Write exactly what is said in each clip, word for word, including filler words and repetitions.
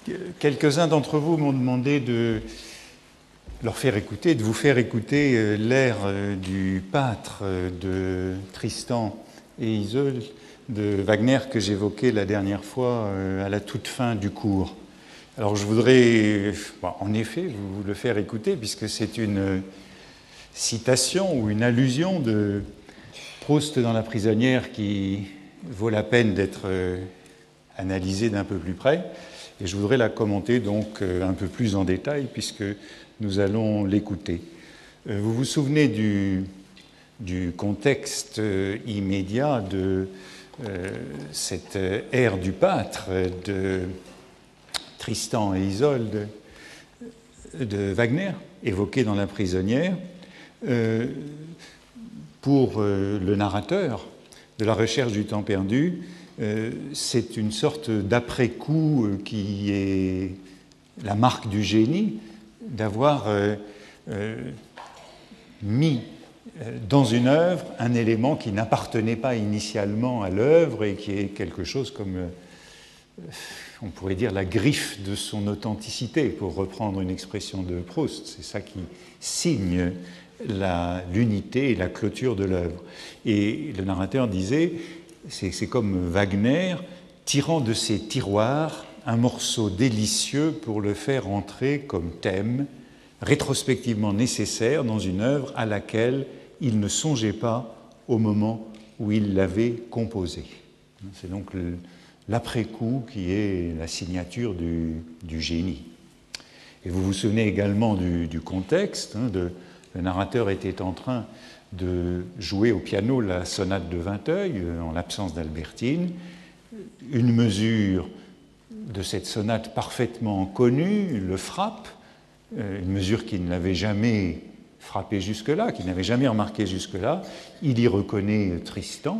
Quelques-uns d'entre vous m'ont demandé de leur faire écouter, de vous faire écouter l'air du pâtre de Tristan et Isolde de Wagner que j'évoquais la dernière fois à la toute fin du cours. Alors je voudrais, bon, en effet, vous le faire écouter puisque c'est une citation ou une allusion de Proust dans La prisonnière qui vaut la peine d'être analysée d'un peu plus près. Et je voudrais la commenter donc un peu plus en détail puisque nous allons l'écouter. Vous vous souvenez du, du contexte immédiat de euh, cette ère du pâtre de Tristan et Isolde de Wagner, évoquée dans La prisonnière. Euh, pour euh, le narrateur de La recherche du temps perdu, Euh, c'est une sorte d'après-coup euh, qui est la marque du génie d'avoir euh, euh, mis euh, dans une œuvre un élément qui n'appartenait pas initialement à l'œuvre et qui est quelque chose comme, euh, on pourrait dire, la griffe de son authenticité, pour reprendre une expression de Proust. C'est ça qui signe la, l'unité et la clôture de l'œuvre. Et le narrateur disait... C'est, c'est comme Wagner tirant de ses tiroirs un morceau délicieux pour le faire entrer comme thème, rétrospectivement nécessaire dans une œuvre à laquelle il ne songeait pas au moment où il l'avait composée. C'est donc le, l'après-coup qui est la signature du, du génie. Et vous vous souvenez également du, du contexte. Hein, de, le narrateur était en train de jouer au piano la sonate de Vinteuil, en l'absence d'Albertine, une mesure de cette sonate parfaitement connue le frappe, une mesure qui ne l'avait jamais frappé jusque-là, qu'il n'avait jamais remarqué jusque-là. Il y reconnaît Tristan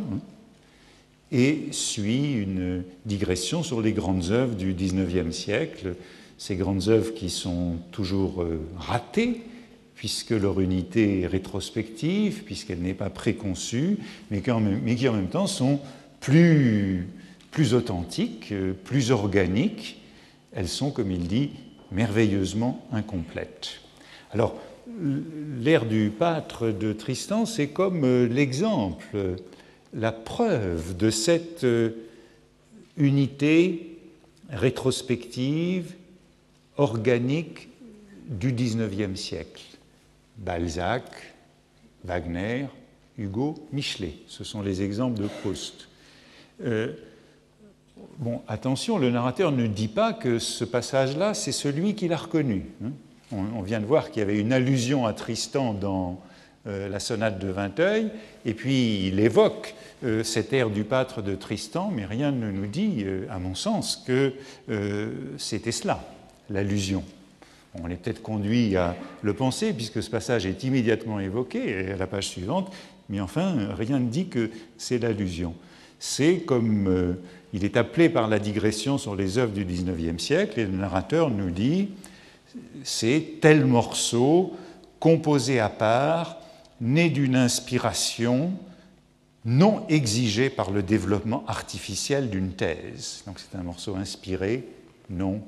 et suit une digression sur les grandes œuvres du dix-neuvième siècle, ces grandes œuvres qui sont toujours ratées, puisque leur unité est rétrospective, puisqu'elle n'est pas préconçue, mais qui en même, mais qui en même temps sont plus, plus authentiques, plus organiques. Elles sont, comme il dit, merveilleusement incomplètes. Alors, l'ère du pâtre de Tristan, c'est comme l'exemple, la preuve de cette unité rétrospective, organique du dix-neuvième siècle. Balzac, Wagner, Hugo, Michelet. Ce sont les exemples de Proust. Euh, bon, attention, le narrateur ne dit pas que ce passage-là, c'est celui qu'il a reconnu. Hein. On, on vient de voir qu'il y avait une allusion à Tristan dans euh, la sonate de Vinteuil, et puis il évoque euh, cette ère du pâtre de Tristan, mais rien ne nous dit, euh, à mon sens, que euh, c'était cela, l'allusion. On est peut-être conduit à le penser, puisque ce passage est immédiatement évoqué à la page suivante, mais enfin, rien ne dit que c'est l'allusion. C'est comme euh, il est appelé par la digression sur les œuvres du dix-neuvième siècle, et le narrateur nous dit c'est tel morceau, composé à part, né d'une inspiration non exigée par le développement artificiel d'une thèse. Donc c'est un morceau inspiré, non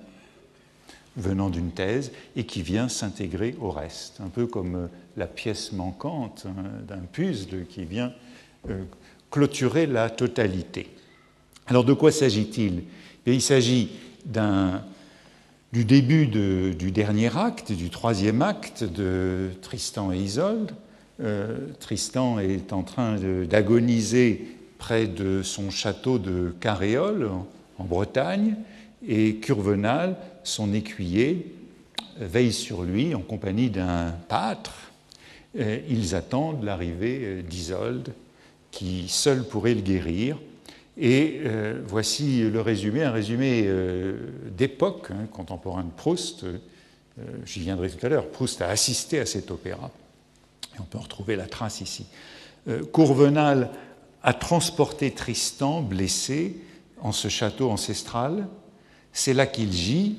venant d'une thèse, et qui vient s'intégrer au reste, un peu comme la pièce manquante hein, d'un puzzle qui vient euh, clôturer la totalité. Alors de quoi s'agit-il ? Et il s'agit d'un, du début de, du dernier acte, du troisième acte de Tristan et Isolde. Euh, Tristan est en train de, d'agoniser près de son château de Carréole, en, en Bretagne, et Curvenal, son écuyer, veille sur lui en compagnie d'un pâtre. Ils attendent l'arrivée d'Isolde, qui seule pourrait le guérir. Et euh, voici le résumé, un résumé euh, d'époque, hein, contemporain de Proust. Euh, j'y viendrai tout à l'heure. Proust a assisté à cet opéra. Et on peut retrouver la trace ici. Euh, Courvenal a transporté Tristan, blessé, en ce château ancestral. C'est là qu'il gît,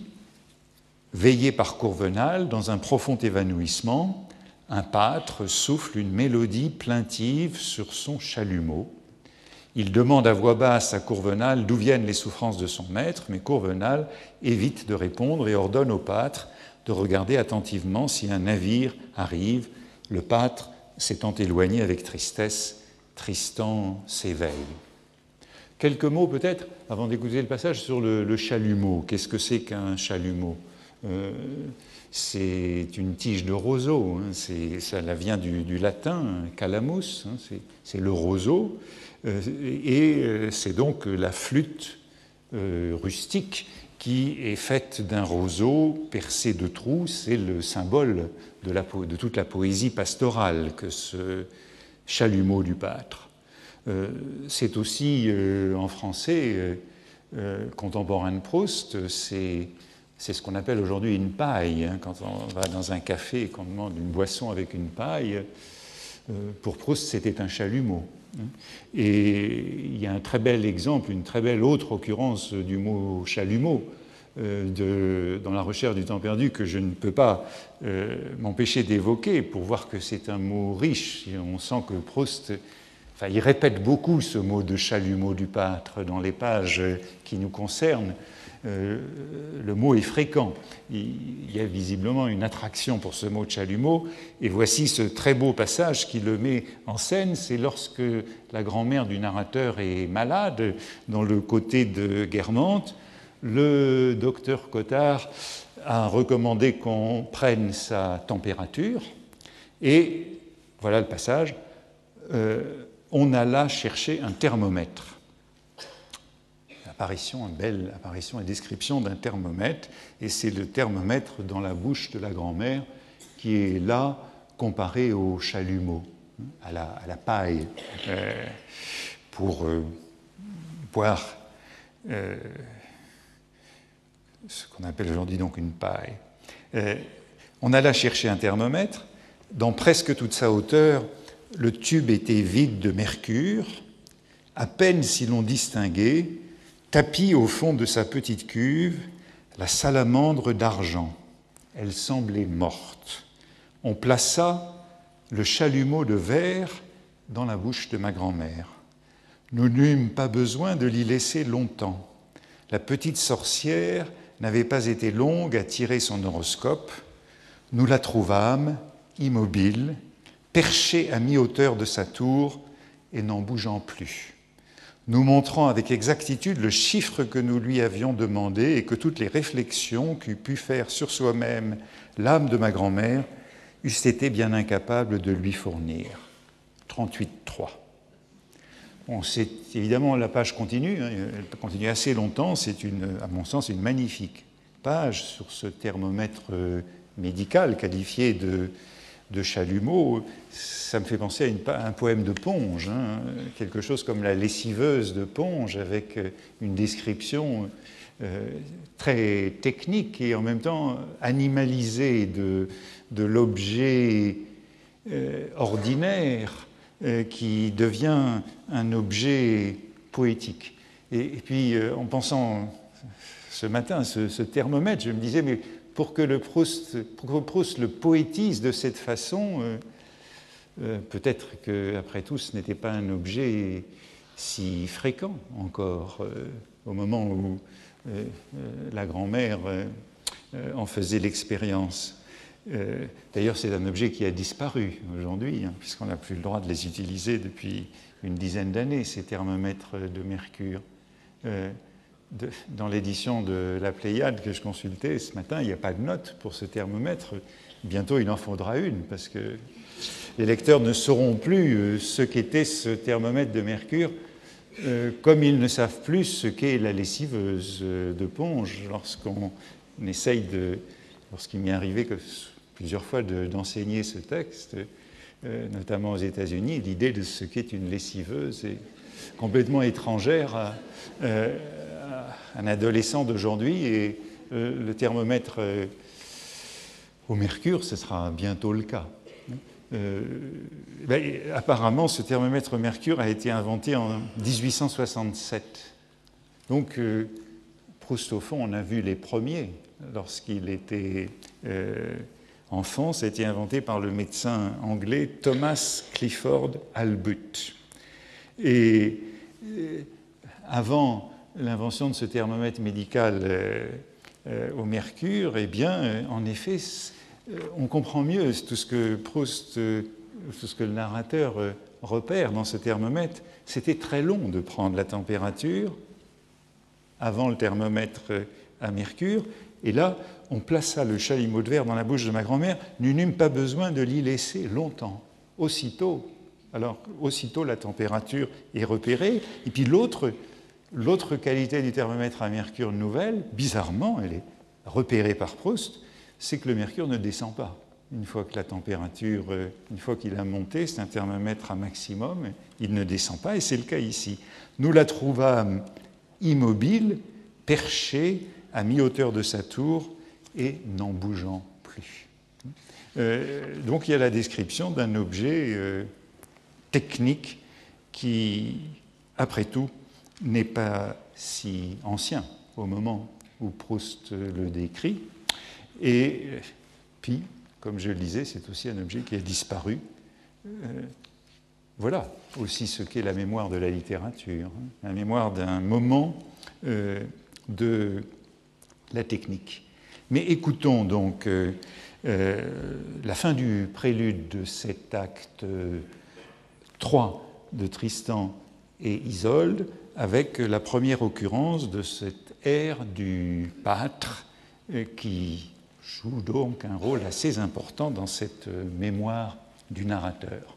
veillé par Courvenal, dans un profond évanouissement. Un pâtre souffle une mélodie plaintive sur son chalumeau. Il demande à voix basse à Courvenal d'où viennent les souffrances de son maître, mais Courvenal évite de répondre et ordonne au pâtre de regarder attentivement si un navire arrive. Le pâtre s'étant éloigné avec tristesse, Tristan s'éveille. Quelques mots peut-être, avant d'écouter le passage, sur le, le chalumeau. Qu'est-ce que c'est qu'un chalumeau ? euh, C'est une tige de roseau, hein, ça vient du, du latin, calamus, hein, c'est le roseau, euh, et euh, c'est donc la flûte euh, rustique qui est faite d'un roseau percé de trous. C'est le symbole de, la, de toute la poésie pastorale que ce chalumeau du pâtre. Euh, c'est aussi, euh, en français, euh, euh, contemporain de Proust, c'est c'est ce qu'on appelle aujourd'hui une paille. Hein, quand on va dans un café et qu'on demande une boisson avec une paille, euh, pour Proust, c'était un chalumeau. Hein. Et il y a un très bel exemple, une très belle autre occurrence du mot chalumeau euh, de, dans la recherche du temps perdu que je ne peux pas euh, m'empêcher d'évoquer pour voir que c'est un mot riche. Et on sent que Proust... Enfin, il répète beaucoup ce mot de chalumeau du pâtre dans les pages qui nous concernent. Euh, le mot est fréquent. Il y a visiblement une attraction pour ce mot de chalumeau. Et voici ce très beau passage qui le met en scène. C'est lorsque la grand-mère du narrateur est malade, dans le côté de Guermantes. Le docteur Cottard a recommandé qu'on prenne sa température. Et voilà le passage. Euh, on alla chercher un thermomètre. Apparition, une belle apparition et description d'un thermomètre, et c'est le thermomètre dans la bouche de la grand-mère qui est là comparé au chalumeau, à la, à la paille, euh, pour euh, boire euh, ce qu'on appelle aujourd'hui donc une paille. Euh, on alla chercher un thermomètre. Dans presque toute sa hauteur, le tube était vide de mercure, à peine si l'on distinguait, tapie au fond de sa petite cuve, la salamandre d'argent. Elle semblait morte. On plaça le chalumeau de verre dans la bouche de ma grand-mère. Nous n'eûmes pas besoin de l'y laisser longtemps. La petite sorcière n'avait pas été longue à tirer son horoscope. Nous la trouvâmes, immobile, perchée à mi-hauteur de sa tour et n'en bougeant plus, nous montrant avec exactitude le chiffre que nous lui avions demandé et que toutes les réflexions qu'eût pu faire sur soi-même l'âme de ma grand-mère eussent été bien incapables de lui fournir. trente-huit trois. Bon, c'est évidemment, la page continue, hein, elle continue assez longtemps, c'est une, à mon sens une magnifique page sur ce thermomètre médical qualifié de de chalumeau. Ça me fait penser à, une, à un poème de Ponge, hein, quelque chose comme la lessiveuse de Ponge, avec une description euh, très technique et en même temps animalisée de, de l'objet euh, ordinaire euh, qui devient un objet poétique. Et, et puis, euh, en pensant ce matin, ce, ce thermomètre, je me disais, mais Pour que, le Proust, pour que Proust le poétise de cette façon, euh, euh, peut-être qu'après tout, ce n'était pas un objet si fréquent encore, euh, au moment où euh, euh, la grand-mère euh, en faisait l'expérience. Euh, d'ailleurs, c'est un objet qui a disparu aujourd'hui, hein, puisqu'on n'a plus le droit de les utiliser depuis une dizaine d'années, ces thermomètres de mercure. Euh, De, dans l'édition de la Pléiade que je consultais ce matin, il n'y a pas de note pour ce thermomètre. Bientôt, il en faudra une, parce que les lecteurs ne sauront plus ce qu'était ce thermomètre de mercure, euh, comme ils ne savent plus ce qu'est la lessiveuse de Ponge, lorsqu'on essaye de... Lorsqu'il m'est arrivé que, plusieurs fois de, d'enseigner ce texte, euh, notamment aux États-Unis, l'idée de ce qu'est une lessiveuse est complètement étrangère à... Euh, un adolescent d'aujourd'hui, et euh, le thermomètre euh, au mercure, ce sera bientôt le cas. Euh, ben, apparemment, ce thermomètre au mercure a été inventé en dix-huit cent soixante-sept. Donc, euh, Proust, au fond, on a vu les premiers lorsqu'il était euh, enfant. Ça a été inventé par le médecin anglais Thomas Clifford Allbutt. Et euh, avant l'invention de ce thermomètre médical euh, euh, au mercure, eh bien, euh, en effet, euh, on comprend mieux tout ce que Proust, euh, tout ce que le narrateur euh, repère dans ce thermomètre. C'était très long de prendre la température avant le thermomètre euh, à mercure, et là, on plaça le chalumeau de verre dans la bouche de ma grand-mère. Nous n'eûmes pas besoin de l'y laisser longtemps. Aussitôt, alors, aussitôt la température est repérée, et puis l'autre L'autre qualité du thermomètre à mercure nouvelle, bizarrement, elle est repérée par Proust, c'est que le mercure ne descend pas. Une fois que la température, une fois qu'il a monté, c'est un thermomètre à maximum, il ne descend pas, et c'est le cas ici. Nous la trouvâmes immobile, perchée à mi-hauteur de sa tour et n'en bougeant plus. Euh, donc il y a la description d'un objet euh, technique qui, après tout, n'est pas si ancien au moment où Proust le décrit. Et puis, comme je le disais, c'est aussi un objet qui a disparu. Euh, voilà aussi ce qu'est la mémoire de la littérature, hein, la mémoire d'un moment euh, de la technique. Mais écoutons donc euh, euh, la fin du prélude de cet acte trois de Tristan et Isolde, avec la première occurrence de cet air du pâtre qui joue donc un rôle assez important dans cette mémoire du narrateur.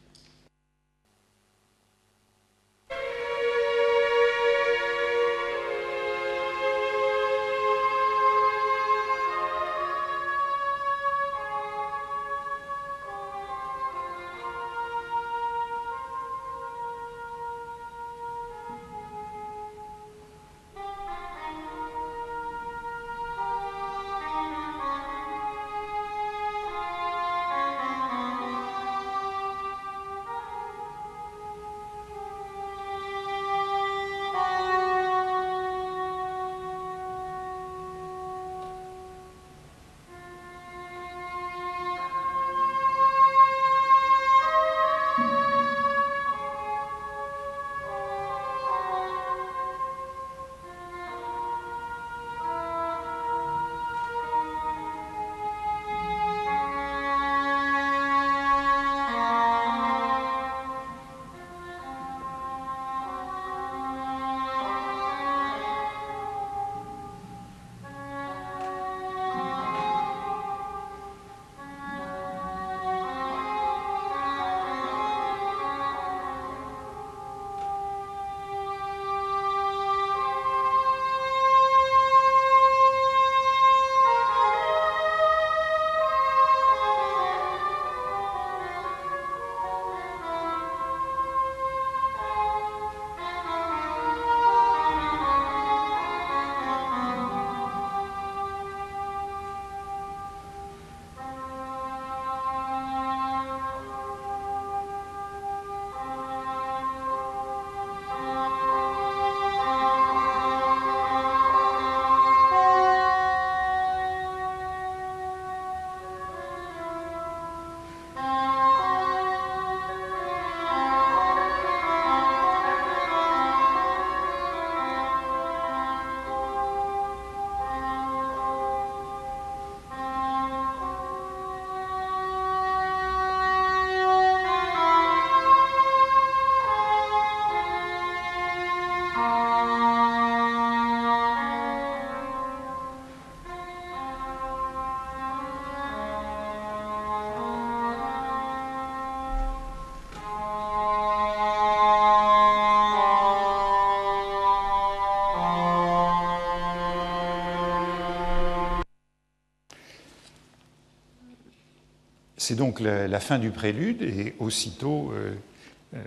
C'est donc la, la fin du prélude, et aussitôt euh, euh,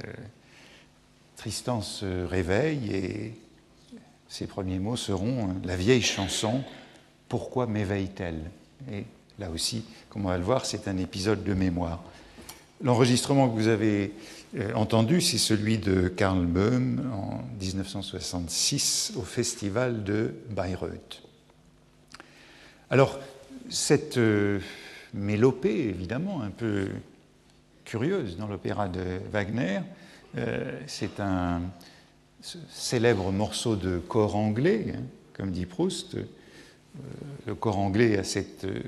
Tristan se réveille et ses premiers mots seront la vieille chanson « Pourquoi m'éveille-t-elle » Et là aussi, comme on va le voir, c'est un épisode de mémoire. L'enregistrement que vous avez euh, entendu, c'est celui de Karl Böhm en dix-neuf cent soixante-six au festival de Bayreuth. Alors, cette euh, mélopée, évidemment, un peu curieuse dans l'opéra de Wagner, euh, c'est un, ce célèbre morceau de cor anglais, hein, comme dit Proust. Euh, le cor anglais a cette euh,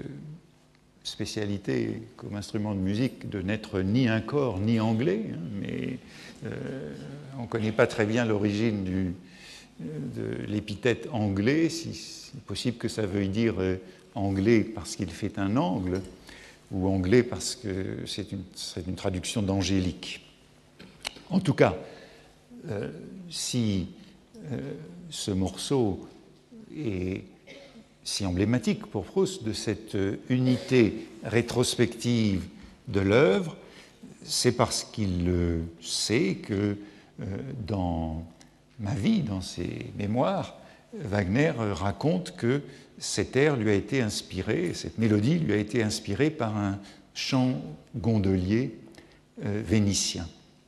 spécialité comme instrument de musique de n'être ni un cor ni anglais, hein, mais euh, on ne connaît pas très bien l'origine du, de l'épithète anglais, si c'est possible que ça veuille dire euh, anglais parce qu'il fait un angle, ou anglais parce que c'est une, c'est une traduction d'angélique. En tout cas, euh, si euh, ce morceau est si emblématique pour Proust de cette unité rétrospective de l'œuvre, c'est parce qu'il sait que euh, dans Ma vie, dans ses mémoires, Wagner raconte que cet air lui a été inspiré, cette mélodie lui a été inspirée par un chant gondolier euh, vénitien.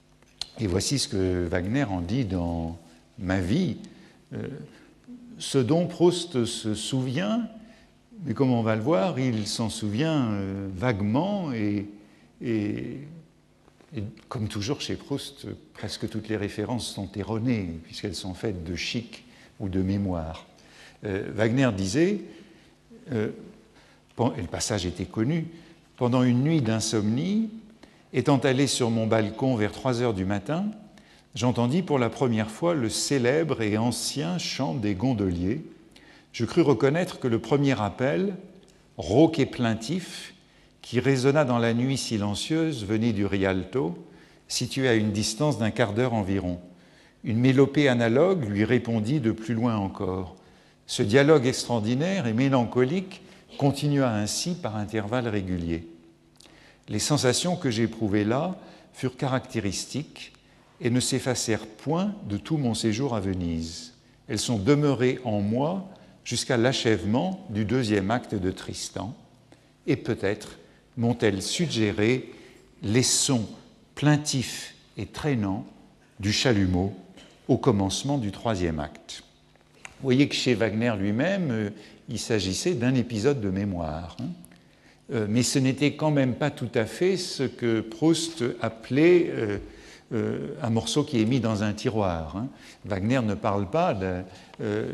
Et voici ce que Wagner en dit dans Ma vie. Euh, Ce dont Proust se souvient, mais comme on va le voir, il s'en souvient euh, vaguement et, et, et comme toujours chez Proust, presque toutes les références sont erronées puisqu'elles sont faites de chic ou de mémoire. Euh, Wagner disait, euh, et le passage était connu, « Pendant une nuit d'insomnie, étant allé sur mon balcon vers trois heures du matin, j'entendis pour la première fois le célèbre et ancien chant des gondoliers. Je crus reconnaître que le premier appel, rauque et plaintif, qui résonna dans la nuit silencieuse, venait du Rialto, situé à une distance d'un quart d'heure environ. Une mélopée analogue lui répondit de plus loin encore. Ce dialogue extraordinaire et mélancolique continua ainsi par intervalles réguliers. Les sensations que j'éprouvais là furent caractéristiques et ne s'effacèrent point de tout mon séjour à Venise. Elles sont demeurées en moi jusqu'à l'achèvement du deuxième acte de Tristan, et peut-être m'ont-elles suggéré les sons plaintifs et traînants du chalumeau au commencement du troisième acte. Vous voyez que chez Wagner lui-même, euh, il s'agissait d'un épisode de mémoire, hein. euh, mais ce n'était quand même pas tout à fait ce que Proust appelait euh, euh, un morceau qui est mis dans un tiroir, hein. Wagner ne parle pas d'un, euh,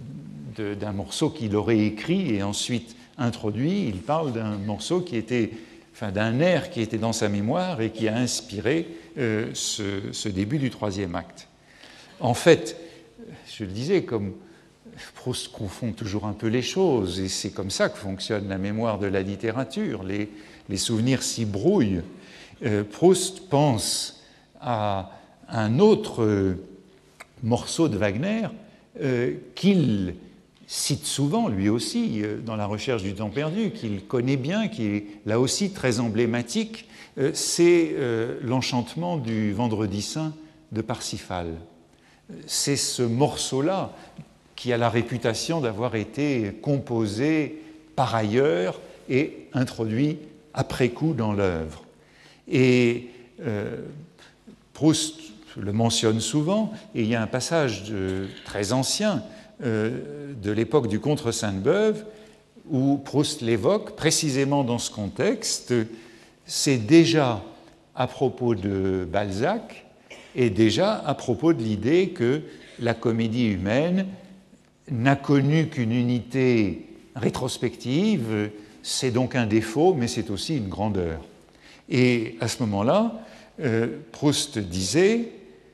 de, d'un morceau qu'il aurait écrit et ensuite introduit, il parle d'un morceau qui était, enfin d'un air qui était dans sa mémoire et qui a inspiré euh, ce, ce début du troisième acte. En fait, je le disais, comme Proust confond toujours un peu les choses, et c'est comme ça que fonctionne la mémoire de la littérature, les, les souvenirs s'y brouillent. Euh, Proust pense à un autre euh, morceau de Wagner euh, qu'il cite souvent, lui aussi, euh, dans La recherche du temps perdu, qu'il connaît bien, qui est là aussi très emblématique, euh, c'est euh, l'enchantement du Vendredi saint de Parsifal. C'est ce morceau-là qui a la réputation d'avoir été composé par ailleurs et introduit après coup dans l'œuvre. Et euh, Proust le mentionne souvent, et il y a un passage de, très ancien euh, de l'époque du Contre Sainte-Beuve où Proust l'évoque précisément dans ce contexte. C'est déjà à propos de Balzac et déjà à propos de l'idée que la comédie humaine n'a connu qu'une unité rétrospective, c'est donc un défaut, mais c'est aussi une grandeur. Et à ce moment-là, euh, Proust disait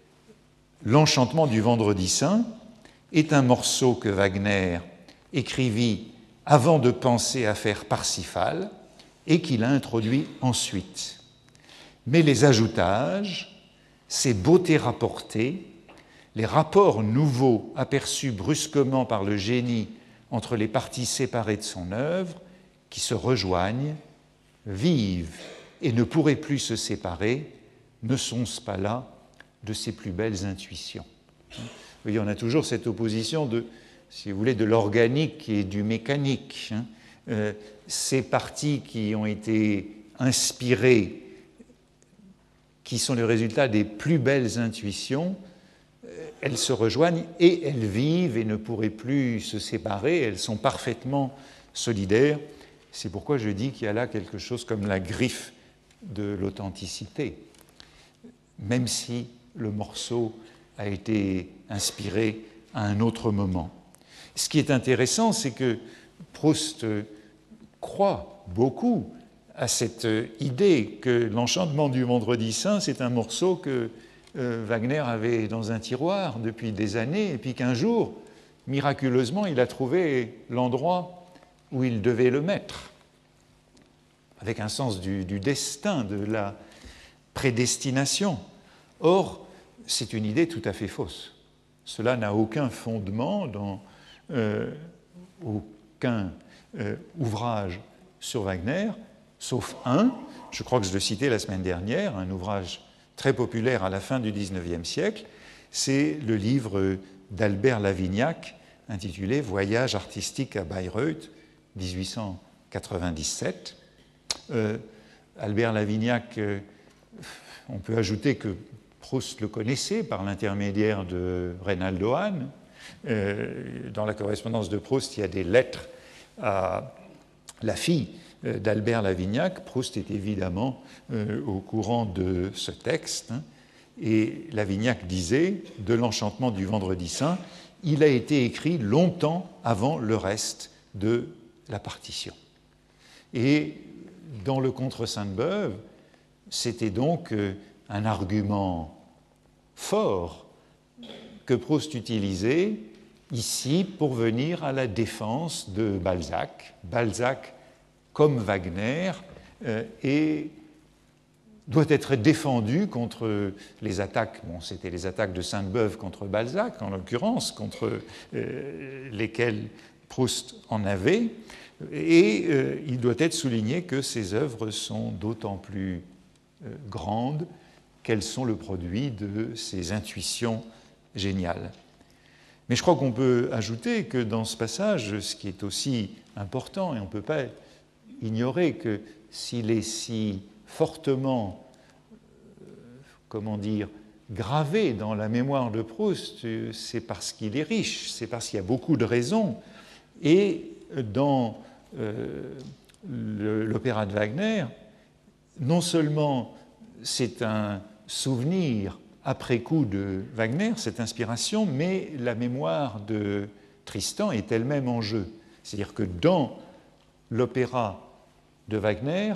« L'enchantement du Vendredi saint est un morceau que Wagner écrivit avant de penser à faire Parsifal et qu'il a introduit ensuite. Mais les ajoutages, ces beautés rapportées, les rapports nouveaux aperçus brusquement par le génie entre les parties séparées de son œuvre, qui se rejoignent, vivent et ne pourraient plus se séparer, ne sont-ce pas là de ses plus belles intuitions. Vous voyez, on a toujours cette opposition de, si vous voulez, de l'organique et du mécanique. Euh, ces parties qui ont été inspirées, qui sont le résultat des plus belles intuitions, elles se rejoignent et elles vivent et ne pourraient plus se séparer, elles sont parfaitement solidaires. C'est pourquoi je dis qu'il y a là quelque chose comme la griffe de l'authenticité. Même si le morceau a été inspiré à un autre moment. Ce qui est intéressant, c'est que Proust croit beaucoup à cette idée que l'Enchantement du Vendredi Saint, c'est un morceau que euh, Wagner avait dans un tiroir depuis des années, et puis qu'un jour, miraculeusement, il a trouvé l'endroit où il devait le mettre, avec un sens du, du destin, de la prédestination. Or, c'est une idée tout à fait fausse. Cela n'a aucun fondement dans euh, aucun euh, ouvrage sur Wagner, sauf un, je crois que je le citais la semaine dernière, un ouvrage très populaire à la fin du dix-neuvième siècle, c'est le livre d'Albert Lavignac, intitulé « Voyage artistique à Bayreuth, dix-huit cent quatre-vingt-dix-sept ». Euh, Albert Lavignac, euh, on peut ajouter que Proust le connaissait par l'intermédiaire de Reynaldo Hahn. Euh, dans la correspondance de Proust, il y a des lettres à la fille d'Albert Lavignac. Proust est évidemment euh, au courant de ce texte. Hein, et Lavignac disait, de l'Enchantement du Vendredi Saint, il a été écrit longtemps avant le reste de la partition. Et dans le Contre Sainte-Beuve, c'était donc euh, un argument fort que Proust utilisait ici pour venir à la défense de Balzac. Balzac, comme Wagner, euh, et doit être défendu contre les attaques, bon, c'était les attaques de Sainte-Beuve contre Balzac, en l'occurrence, contre euh, lesquelles Proust en avait, et euh, il doit être souligné que ses œuvres sont d'autant plus euh, grandes qu'elles sont le produit de ses intuitions géniales. Mais je crois qu'on peut ajouter que dans ce passage, ce qui est aussi important, et on ne peut pas ignorer que s'il est si fortement, euh, comment dire, gravé dans la mémoire de Proust, c'est parce qu'il est riche, c'est parce qu'il y a beaucoup de raisons. Et dans euh, l'opéra de Wagner, non seulement c'est un souvenir après coup de Wagner, cette inspiration, mais la mémoire de Tristan est elle-même en jeu. C'est-à-dire que dans l'opéra de Wagner,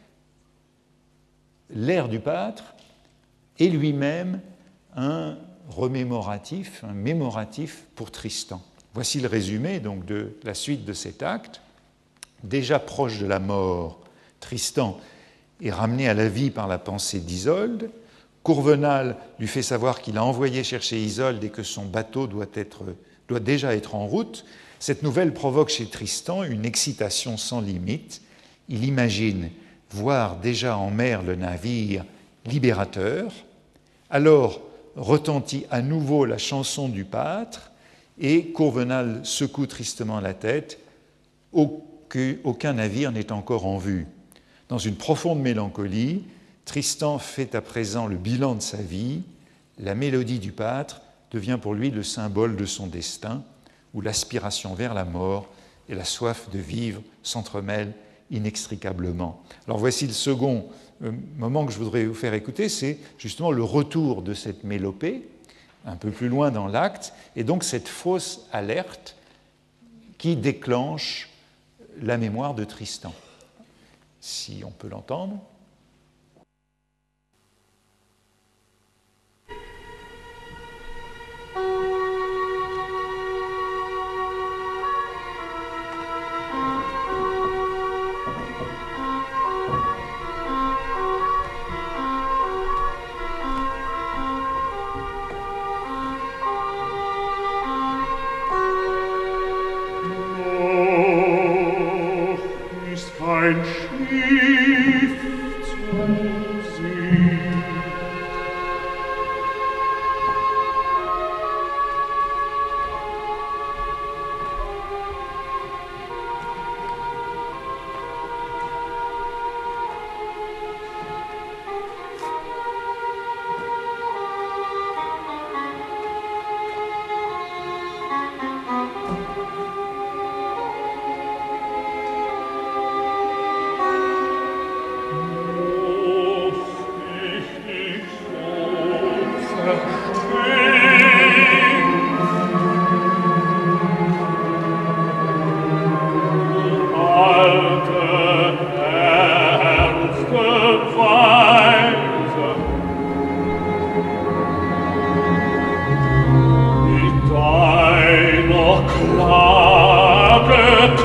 l'air du pâtre est lui-même un remémoratif, un mémoratif pour Tristan. Voici le résumé donc, de la suite de cet acte. Déjà proche de la mort, Tristan est ramené à la vie par la pensée d'Isolde. Courvenal lui fait savoir qu'il a envoyé chercher Isolde et que son bateau doit, être, doit déjà être en route. Cette nouvelle provoque chez Tristan une excitation sans limite. Il imagine voir déjà en mer le navire libérateur. Alors retentit à nouveau la chanson du pâtre et Courvenal secoue tristement la tête. Aucun navire n'est encore en vue. Dans une profonde mélancolie, Tristan fait à présent le bilan de sa vie. La mélodie du pâtre devient pour lui le symbole de son destin, où l'aspiration vers la mort et la soif de vivre s'entremêlent inextricablement. Alors voici le second moment que je voudrais vous faire écouter, c'est justement le retour de cette mélopée, un peu plus loin dans l'acte, et donc cette fausse alerte qui déclenche la mémoire de Tristan. Si on peut l'entendre.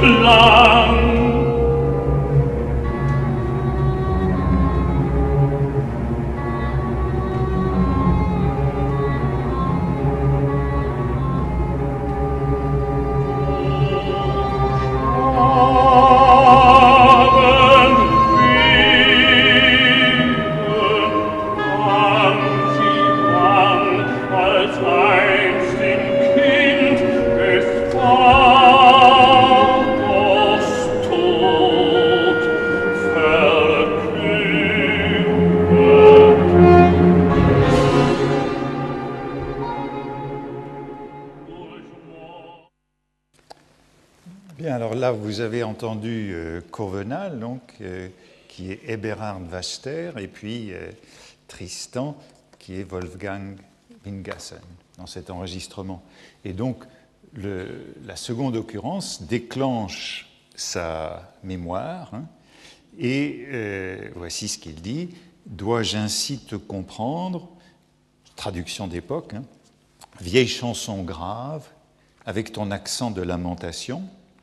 Vous avez entendu euh, Covenal, donc, euh, qui est Eberhard Wachter, et puis euh, Tristan, qui est Wolfgang Wingassen, dans cet enregistrement. Et donc, le, la seconde occurrence déclenche sa mémoire, hein, et euh, voici ce qu'il dit. « Dois-je ainsi te comprendre ?» Traduction d'époque, hein, « Vieille chanson grave, avec ton accent de lamentation. »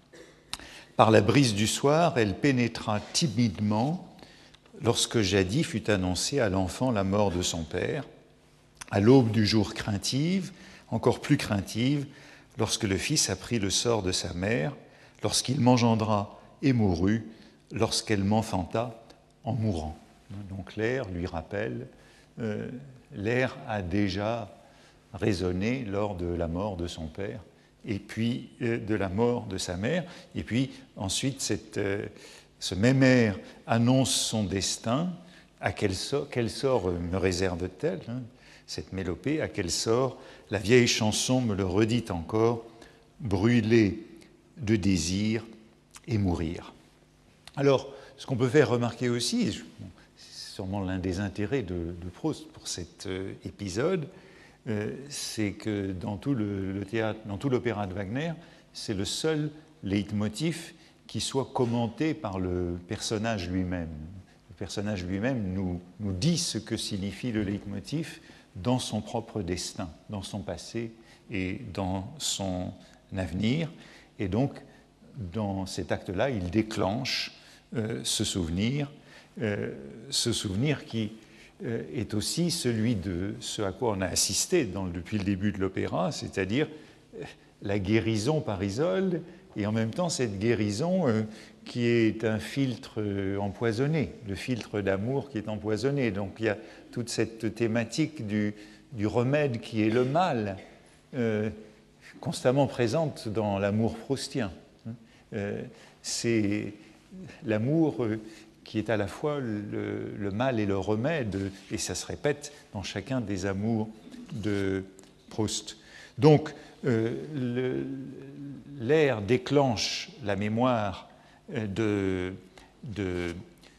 Par la brise du soir, elle pénétra timidement lorsque jadis fut annoncée à l'enfant la mort de son père, à l'aube du jour craintive, encore plus craintive, lorsque le fils apprit le sort de sa mère, lorsqu'il m'engendra et mourut, lorsqu'elle m'enfanta en mourant. Donc l'air lui rappelle, euh, l'air a déjà résonné lors de la mort de son père, et puis euh, de la mort de sa mère, et puis ensuite cette, euh, ce même air annonce son destin. À quel sort, quel sort me réserve-t-elle, hein, cette mélopée? À quel sort? La vieille chanson me le redit encore, brûler de désir et mourir. Alors, ce qu'on peut faire remarquer aussi, c'est sûrement l'un des intérêts de, de Proust pour cet euh, épisode, euh, c'est que dans tout le, le théâtre, dans tout l'opéra de Wagner, c'est le seul leitmotiv qui soit commenté par le personnage lui-même. Le personnage lui-même nous, nous dit ce que signifie le leitmotiv dans son propre destin, dans son passé et dans son avenir. Et donc, dans cet acte-là, il déclenche euh, ce souvenir, euh, ce souvenir qui euh, est aussi celui de ce à quoi on a assisté dans, depuis le début de l'opéra, c'est-à-dire euh, la guérison par Isolde, et en même temps cette guérison euh, qui est un filtre euh, empoisonné, le filtre d'amour qui est empoisonné. Donc il y a toute cette thématique du, du remède qui est le mal, euh, constamment présente dans l'amour proustien. Euh, c'est l'amour euh, qui est à la fois le, le mal et le remède, et ça se répète dans chacun des amours de Proust. Donc, euh, le, l'air déclenche la mémoire de, de,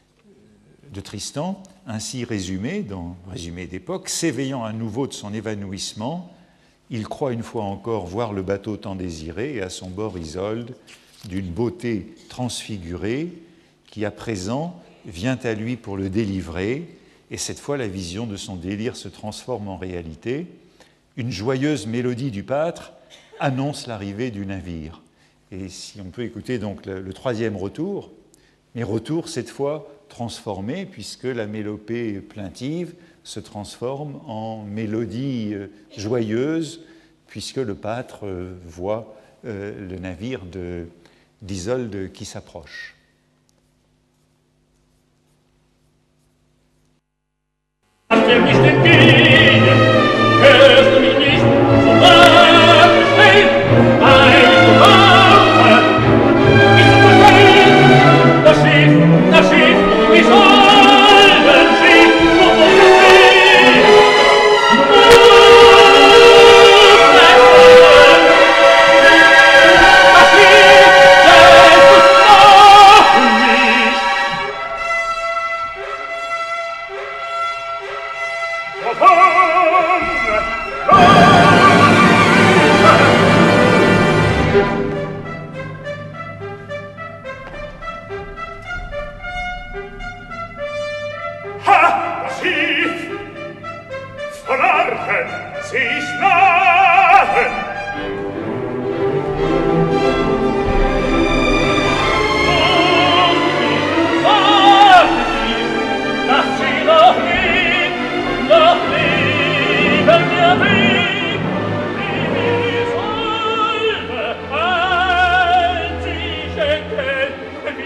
de Tristan, ainsi résumé, dans résumé d'époque, s'éveillant à nouveau de son évanouissement, il croit une fois encore voir le bateau tant désiré, et à son bord Isolde, d'une beauté transfigurée, qui à présent vient à lui pour le délivrer, et cette fois la vision de son délire se transforme en réalité. Une joyeuse mélodie du pâtre annonce l'arrivée du navire. Et si on peut écouter donc le, le troisième retour, mais retour cette fois transformé, puisque la mélopée plaintive se transforme en mélodie joyeuse, puisque le pâtre voit euh, le navire de, d'Isolde qui s'approche.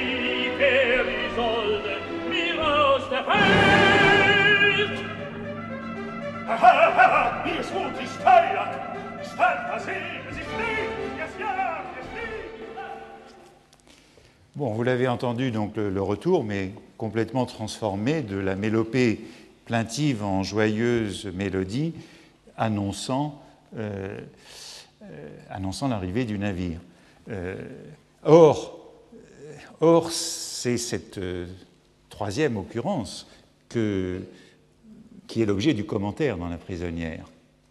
Bon, vous l'avez entendu, donc le, le retour, mais complètement transformé de la mélopée plaintive en joyeuse mélodie, annonçant, euh, euh, annonçant l'arrivée du navire. Euh, or, or c'est cette euh, troisième occurrence que, qui est l'objet du commentaire dans La prisonnière.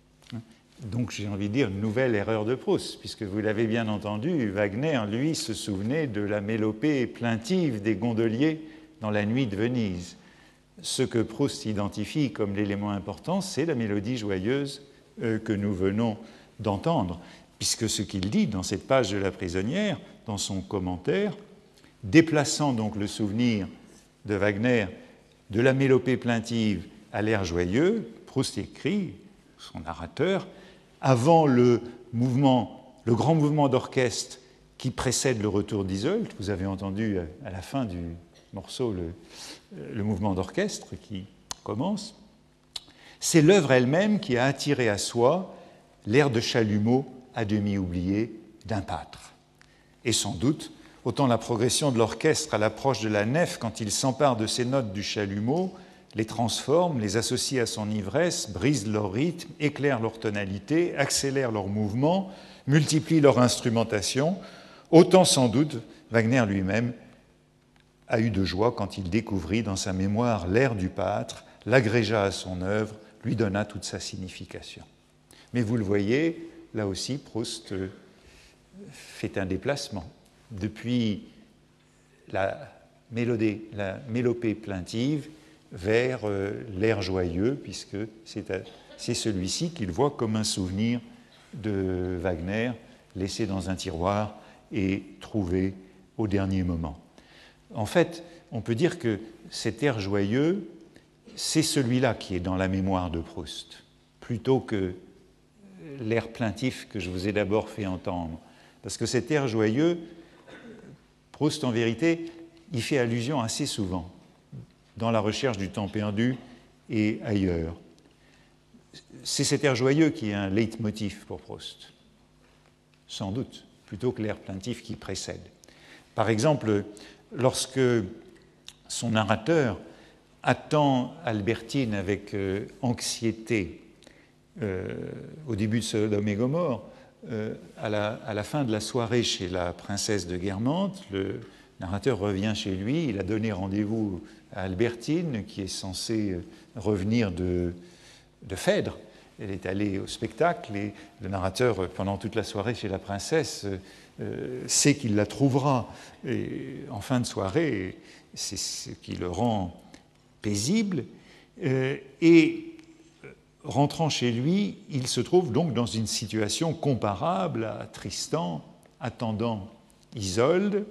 Donc, j'ai envie de dire, une nouvelle erreur de Proust, puisque vous l'avez bien entendu, Wagner, lui, se souvenait de la mélopée plaintive des gondoliers dans La nuit de Venise. Ce que Proust identifie comme l'élément important, c'est la mélodie joyeuse euh, que nous venons d'entendre, puisque ce qu'il dit dans cette page de La prisonnière, dans son commentaire, déplaçant donc le souvenir de Wagner de la mélopée plaintive à l'air joyeux, Proust écrit, son narrateur, avant le mouvement, le grand mouvement d'orchestre qui précède le retour d'Isolde, vous avez entendu à la fin du morceau le, le mouvement d'orchestre qui commence, c'est l'œuvre elle-même qui a attiré à soi l'air de chalumeau à demi oublié d'un pâtre. Et sans doute, autant la progression de l'orchestre à l'approche de la nef quand il s'empare de ces notes du chalumeau, les transforme, les associe à son ivresse, brise leur rythme, éclaire leur tonalité, accélère leur mouvement, multiplie leur instrumentation, autant sans doute Wagner lui-même a eu de joie quand il découvrit dans sa mémoire l'air du pâtre, l'agrégea à son œuvre, lui donna toute sa signification. Mais vous le voyez, là aussi, Proust fait un déplacement. Depuis la, mélodie, la mélopée plaintive vers euh, l'air joyeux, puisque c'est, c'est celui-ci qu'il voit comme un souvenir de Wagner, laissé dans un tiroir et trouvé au dernier moment. En fait, on peut dire que cet air joyeux, c'est celui-là qui est dans la mémoire de Proust, plutôt que l'air plaintif que je vous ai d'abord fait entendre. Parce que cet air joyeux, Proust, en vérité, y fait allusion assez souvent dans La recherche du temps perdu et ailleurs. C'est cet air joyeux qui est un leitmotiv pour Proust, sans doute, plutôt que l'air plaintif qui précède. Par exemple, lorsque son narrateur attend Albertine avec euh, anxiété euh, au début de Sodome et Gomorrhe, euh, à, la, à la fin de la soirée chez la princesse de Guermantes, le narrateur revient chez lui, il a donné rendez-vous à Albertine, qui est censée revenir de, de Phèdre. Elle est allée au spectacle et le narrateur, pendant toute la soirée chez la princesse, euh, sait qu'il la trouvera. Et en fin de soirée, c'est ce qui le rend paisible. Euh, et rentrant chez lui, il se trouve donc dans une situation comparable à Tristan, attendant Isolde.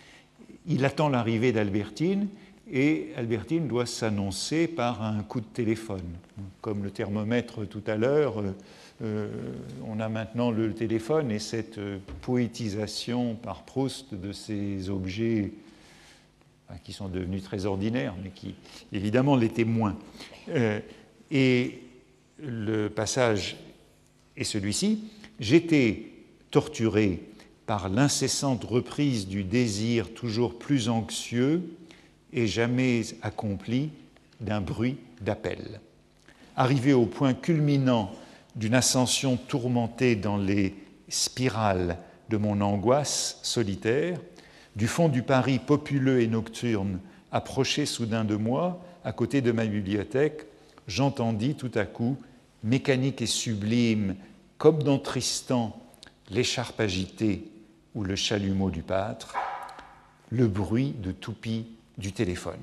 Il attend l'arrivée d'Albertine, et Albertine doit s'annoncer par un coup de téléphone. Comme le thermomètre tout à l'heure, euh, on a maintenant le téléphone et cette poétisation par Proust de ces objets enfin, qui sont devenus très ordinaires, mais qui évidemment l'étaient moins. Euh, et le passage est celui-ci. « J'étais torturé par l'incessante reprise du désir toujours plus anxieux et jamais accompli d'un bruit d'appel. Arrivé au point culminant d'une ascension tourmentée dans les spirales de mon angoisse solitaire, du fond du Paris populeux et nocturne, approché soudain de moi, à côté de ma bibliothèque, j'entendis tout à coup, mécanique et sublime, comme dans Tristan, l'écharpe agitée ou le chalumeau du pâtre, le bruit de toupie du téléphone.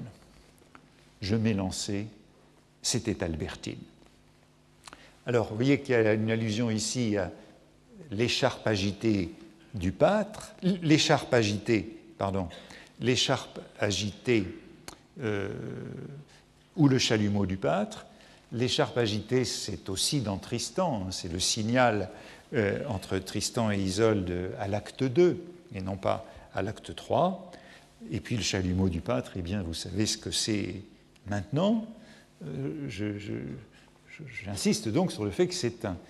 Je m'élançai, c'était Albertine. » Alors, vous voyez qu'il y a une allusion ici à l'écharpe agitée du pâtre, l'écharpe agitée, pardon, l'écharpe agitée euh, ou le chalumeau du pâtre. L'écharpe agitée, c'est aussi dans Tristan, c'est le signal euh, entre Tristan et Isolde à l'acte deux, et non pas à l'acte trois. Et puis le chalumeau du pâtre, eh bien, vous savez ce que c'est maintenant. Euh, je, je, j'insiste donc sur le fait que c'est un,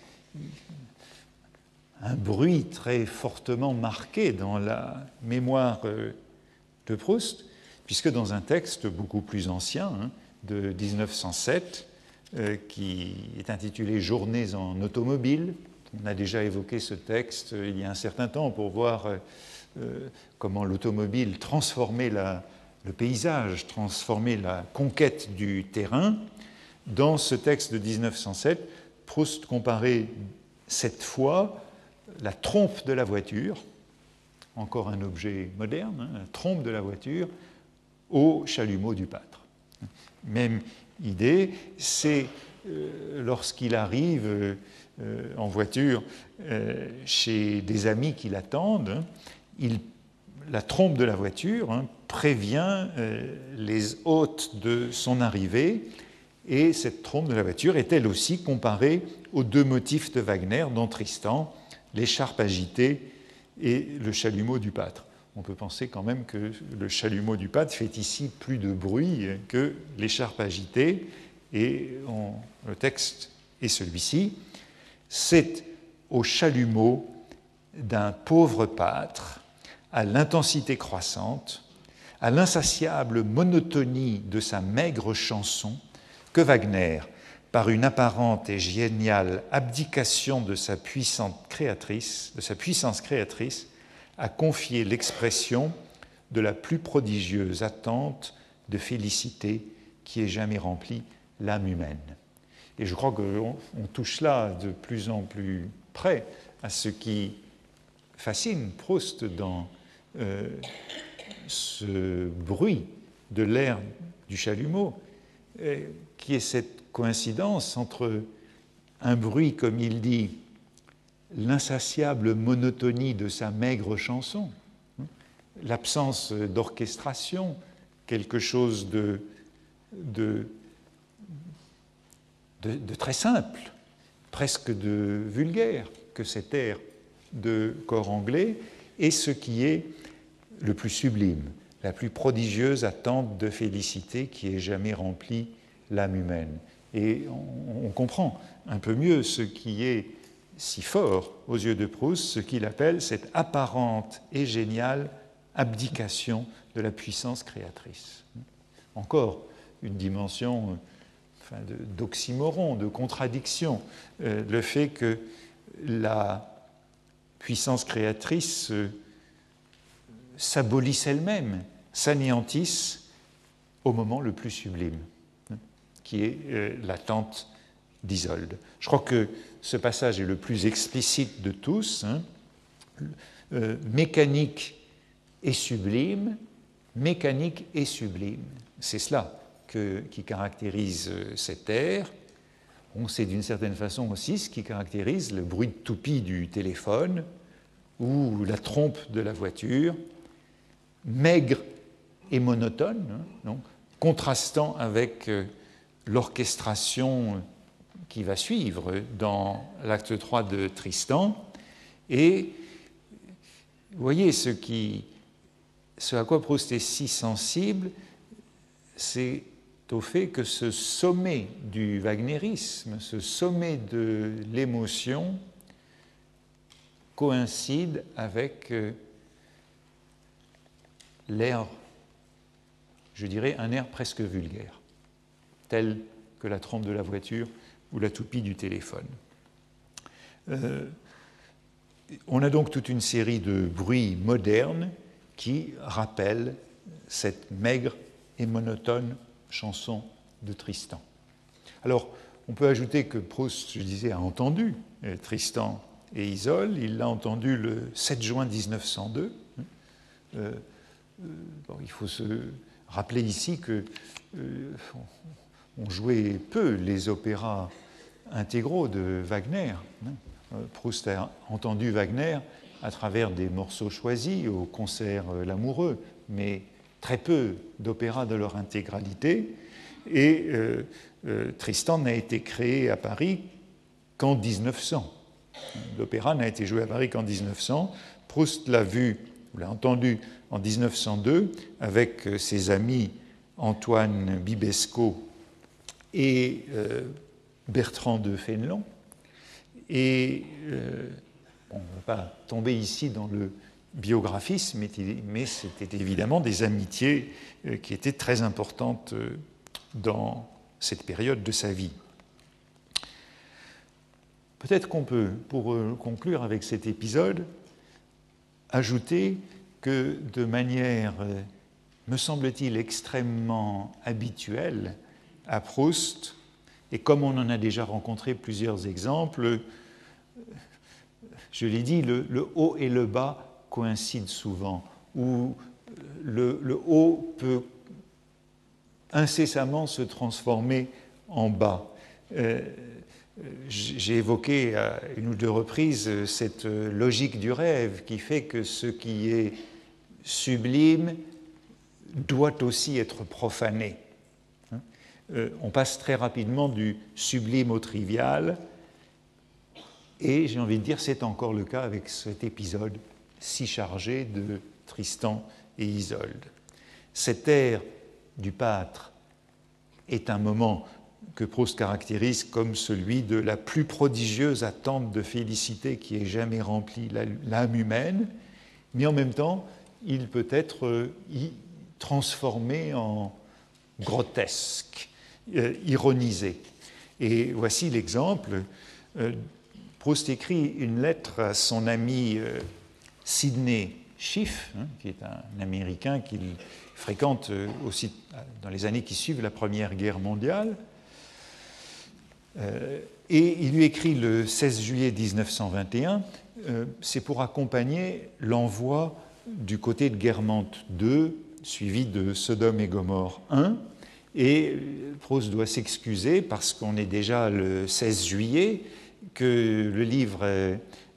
un bruit très fortement marqué dans la mémoire de Proust, puisque dans un texte beaucoup plus ancien, hein, de mille neuf cent sept, euh, qui est intitulé « Journées en automobile », on a déjà évoqué ce texte euh, il y a un certain temps pour voir euh, euh, comment l'automobile transformait la, le paysage, transformait la conquête du terrain. Dans ce texte de mille neuf cent sept, Proust comparait cette fois la trompe de la voiture, encore un objet moderne, hein, la trompe de la voiture, au chalumeau du pâtre. Même idée, c'est euh, lorsqu'il arrive euh, en voiture euh, chez des amis qui l'attendent, hein, il, la trompe de la voiture hein, prévient euh, les hôtes de son arrivée, et cette trompe de la voiture est elle aussi comparée aux deux motifs de Wagner dans Tristan, l'écharpe agitée et le chalumeau du pâtre. On peut penser quand même que le chalumeau du pâtre fait ici plus de bruit que l'écharpe agitée, et on, le texte est celui-ci. C'est au chalumeau d'un pauvre pâtre, à l'intensité croissante, à l'insatiable monotonie de sa maigre chanson, que Wagner, par une apparente et géniale abdication de sa puissante créatrice, de sa puissance créatrice, a confié l'expression de la plus prodigieuse attente de félicité qui ait jamais rempli l'âme humaine. Et je crois qu'on on touche là de plus en plus près à ce qui fascine Proust dans euh, ce bruit de l'air du chalumeau, euh, qui est cette coïncidence entre un bruit, comme il dit, l'insatiable monotonie de sa maigre chanson, l'absence d'orchestration, quelque chose de, de, de, de très simple, presque de vulgaire, que cet air de corps anglais, et ce qui est le plus sublime, la plus prodigieuse attente de félicité qui ait jamais rempli l'âme humaine. Et on, on comprend un peu mieux ce qui est si fort aux yeux de Proust, ce qu'il appelle cette apparente et géniale abdication de la puissance créatrice. Encore une dimension enfin, de, d'oxymoron, de contradiction, euh, le fait que la puissance créatrice euh, s'abolisse elle-même, s'anéantisse au moment le plus sublime, hein, qui est euh, l'attente d'Isolde. Je crois que ce passage est le plus explicite de tous. Hein. Euh, mécanique et sublime, mécanique et sublime. C'est cela que, qui caractérise cet air. On sait d'une certaine façon aussi ce qui caractérise le bruit de toupie du téléphone ou la trompe de la voiture, maigre et monotone, hein, donc, contrastant avec euh, l'orchestration qui va suivre dans l'acte trois de Tristan. Et vous voyez, ce, qui, ce à quoi Proust est si sensible, c'est au fait que ce sommet du wagnérisme, ce sommet de l'émotion, coïncide avec euh, l'air, je dirais, un air presque vulgaire, tel que la trompe de la voiture ou la toupie du téléphone. Euh, on a donc toute une série de bruits modernes qui rappellent cette maigre et monotone chanson de Tristan. Alors, on peut ajouter que Proust, je disais, a entendu euh, Tristan et Isolde. Il l'a entendu le sept juin mille neuf cent deux. Euh, euh, bon, il faut se rappeler ici que euh, on jouait peu les opéras intégraux de Wagner. Proust a entendu Wagner à travers des morceaux choisis au concert L'Amoureux, mais très peu d'opéras de leur intégralité. Et euh, euh, Tristan n'a été créé à Paris qu'en mille neuf cents. L'opéra n'a été joué à Paris qu'en mille neuf cents. Proust l'a vu, ou l'a entendu en mille neuf cent deux avec ses amis Antoine Bibesco et euh, Bertrand de Fénelon. Et euh, on ne va pas tomber ici dans le biographisme, mais c'était évidemment des amitiés euh, qui étaient très importantes euh, dans cette période de sa vie. Peut-être qu'on peut, pour euh, conclure avec cet épisode, ajouter que de manière, euh, me semble-t-il, extrêmement habituelle à Proust, et comme on en a déjà rencontré plusieurs exemples, je l'ai dit, le, le haut et le bas coïncident souvent, où le, le haut peut incessamment se transformer en bas. Euh, j'ai évoqué à une ou deux reprises cette logique du rêve qui fait que ce qui est sublime doit aussi être profané. Euh, on passe très rapidement du sublime au trivial, et j'ai envie de dire c'est encore le cas avec cet épisode si chargé de Tristan et Isolde. Cet air du pâtre est un moment que Proust caractérise comme celui de la plus prodigieuse attente de félicité qui ait jamais rempli l'âme humaine, mais en même temps, il peut être transformé en grotesque, euh, ironisé. Et voici l'exemple. Euh, Proust écrit une lettre à son ami euh, Sidney Schiff, hein, qui est un Américain qu'il fréquente euh, aussi dans les années qui suivent la Première Guerre mondiale. Euh, et il lui écrit le seize juillet mille neuf cent vingt et un, euh, c'est pour accompagner l'envoi du côté de Guermantes deux, suivi de Sodome et Gomorrhe un, et Proust doit s'excuser parce qu'on est déjà le seize juillet, que le livre euh,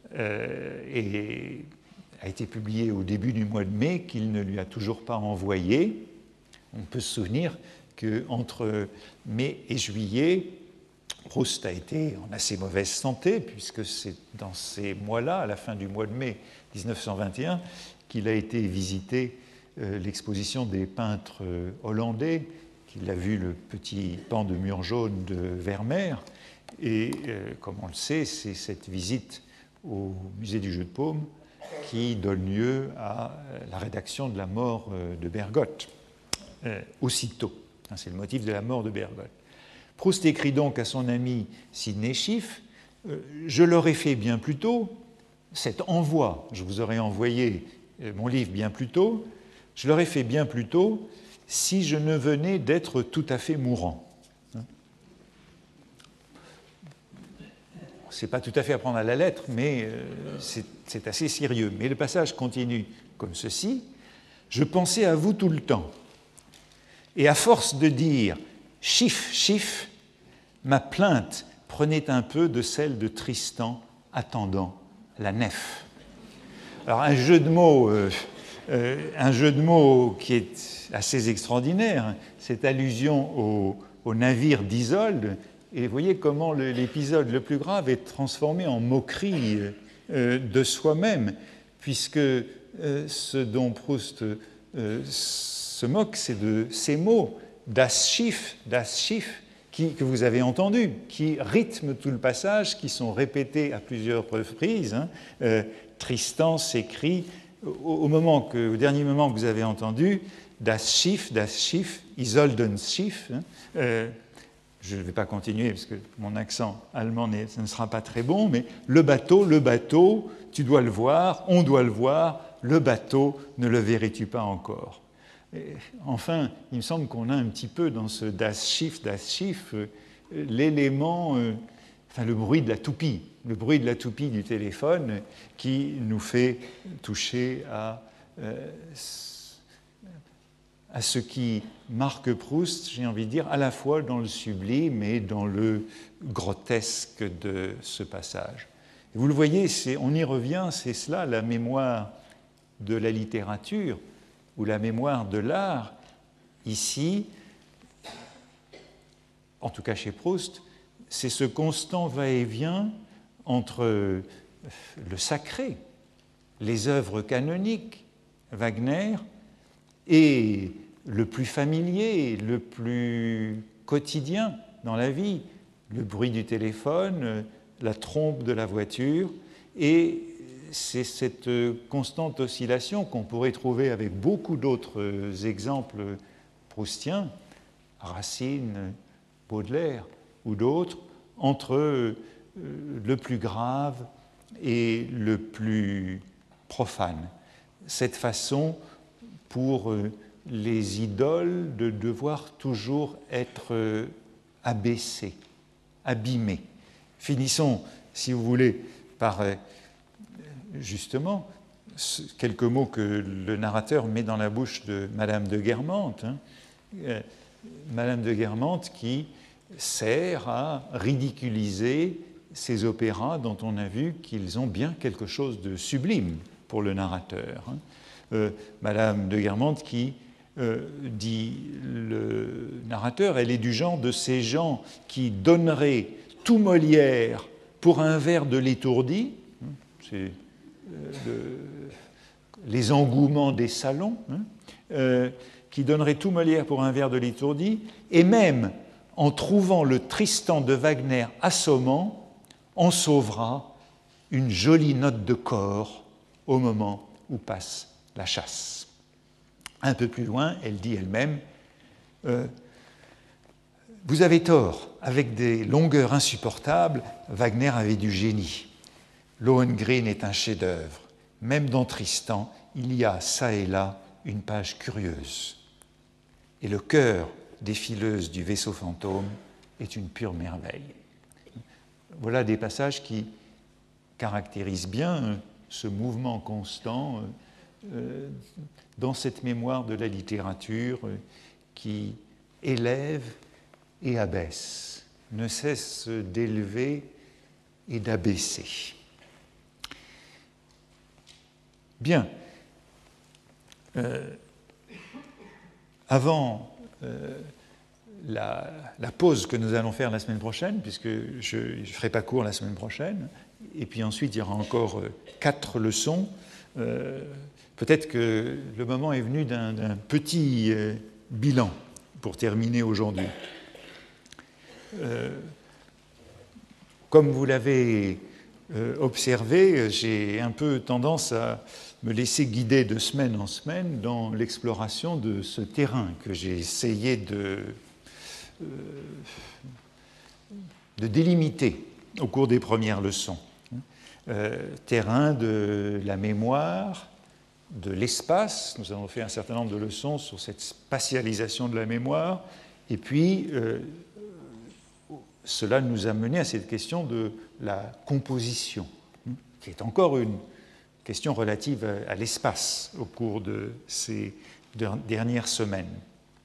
est, a été publié au début du mois de mai, qu'il ne lui a toujours pas envoyé. On peut se souvenir qu'entre mai et juillet, Proust a été en assez mauvaise santé, puisque c'est dans ces mois-là, à la fin du mois de mai mille neuf cent vingt et un, qu'il a été visiter euh, l'exposition des peintres euh, hollandais, qu'il a vu le petit pan de mur jaune de Vermeer. Et euh, comme on le sait, c'est cette visite au musée du Jeu de Paume qui donne lieu à la rédaction de la mort euh, de Bergotte, euh, aussitôt. C'est le motif de la mort de Bergotte. Proust écrit donc à son ami Sidney Schiff, euh, « Je l'aurais fait bien plus tôt, cet envoi, je vous aurais envoyé euh, mon livre bien plus tôt, je l'aurais fait bien plus tôt si je ne venais d'être tout à fait mourant. » Ce n'est pas tout à fait à prendre à la lettre, mais euh, c'est assez sérieux. Mais le passage continue comme ceci. « Je pensais à vous tout le temps, et à force de dire « Chiff, chiff », ma plainte prenait un peu de celle de Tristan attendant la nef. Alors un jeu de mots, euh, euh, un jeu de mots qui est assez extraordinaire, cette allusion au, au navire d'Isolde, et vous voyez comment l'épisode le plus grave est transformé en moquerie euh, de soi-même, puisque euh, ce dont Proust euh, se moque, c'est de ces mots, das Schiff, das Schiff, qui, que vous avez entendu, qui rythment tout le passage, qui sont répétés à plusieurs reprises. Hein. Euh, Tristan s'écrit au, au, moment que, au dernier moment que vous avez entendu, das Schiff, das Schiff, Isoldens Schiff. Hein. Euh, je ne vais pas continuer parce que mon accent allemand ce ne sera pas très bon, mais le bateau, le bateau, tu dois le voir, on doit le voir, le bateau, ne le verrais-tu pas encore? Et enfin, il me semble qu'on a un petit peu dans ce das Schiff, das Schiff, euh, l'élément, euh, enfin le bruit de la toupie, le bruit de la toupie du téléphone qui nous fait toucher à, euh, à ce qui marque Proust, j'ai envie de dire, à la fois dans le sublime et dans le grotesque de ce passage. Et vous le voyez, on y revient, c'est cela la mémoire de la littérature, ou la mémoire de l'art, ici, en tout cas chez Proust, c'est ce constant va-et-vient entre le sacré, les œuvres canoniques, Wagner est le plus familier, le plus quotidien dans la vie, le bruit du téléphone, la trompe de la voiture, et c'est cette constante oscillation qu'on pourrait trouver avec beaucoup d'autres exemples proustiens, Racine, Baudelaire ou d'autres, entre le plus grave et le plus profane. Cette façon pour les idoles de devoir toujours être abaissées, abîmées. Finissons, si vous voulez, par justement quelques mots que le narrateur met dans la bouche de Madame de Guermantes. Hein. Euh, Madame de Guermantes qui sert à ridiculiser ces opéras dont on a vu qu'ils ont bien quelque chose de sublime pour le narrateur. Hein. Euh, Madame de Guermantes qui euh, dit le narrateur, elle est du genre de ces gens qui donneraient tout Molière pour un verre de l'étourdi, c'est euh, le, les engouements des salons, hein, euh, qui donneraient tout Molière pour un verre de l'étourdi, et même en trouvant le Tristan de Wagner assommant, on sauvera une jolie note de cor au moment où passe la chasse. Un peu plus loin, elle dit elle-même euh, « Vous avez tort, avec des longueurs insupportables, Wagner avait du génie. Lohengrin est un chef-d'œuvre. Même dans Tristan, il y a, çà et là, une page curieuse. Et le cœur des fileuses du vaisseau fantôme est une pure merveille. » Voilà des passages qui caractérisent bien ce mouvement constant euh, dans cette mémoire de la littérature euh, qui élève et abaisse, ne cesse d'élever et d'abaisser. Bien. Euh, avant euh, la, la pause que nous allons faire la semaine prochaine, puisque je ne ferai pas court la semaine prochaine, et puis ensuite il y aura encore euh, quatre leçons, euh, peut-être que le moment est venu d'un, d'un petit euh, bilan pour terminer aujourd'hui. Euh, comme vous l'avez euh, observé, j'ai un peu tendance à me laisser guider de semaine en semaine dans l'exploration de ce terrain que j'ai essayé de, euh, de délimiter au cours des premières leçons. Euh, terrain de la mémoire, de l'espace. Nous avons fait un certain nombre de leçons sur cette spatialisation de la mémoire, et puis euh, cela nous a mené à cette question de la composition, qui est encore une question relative à l'espace au cours de ces dernières semaines.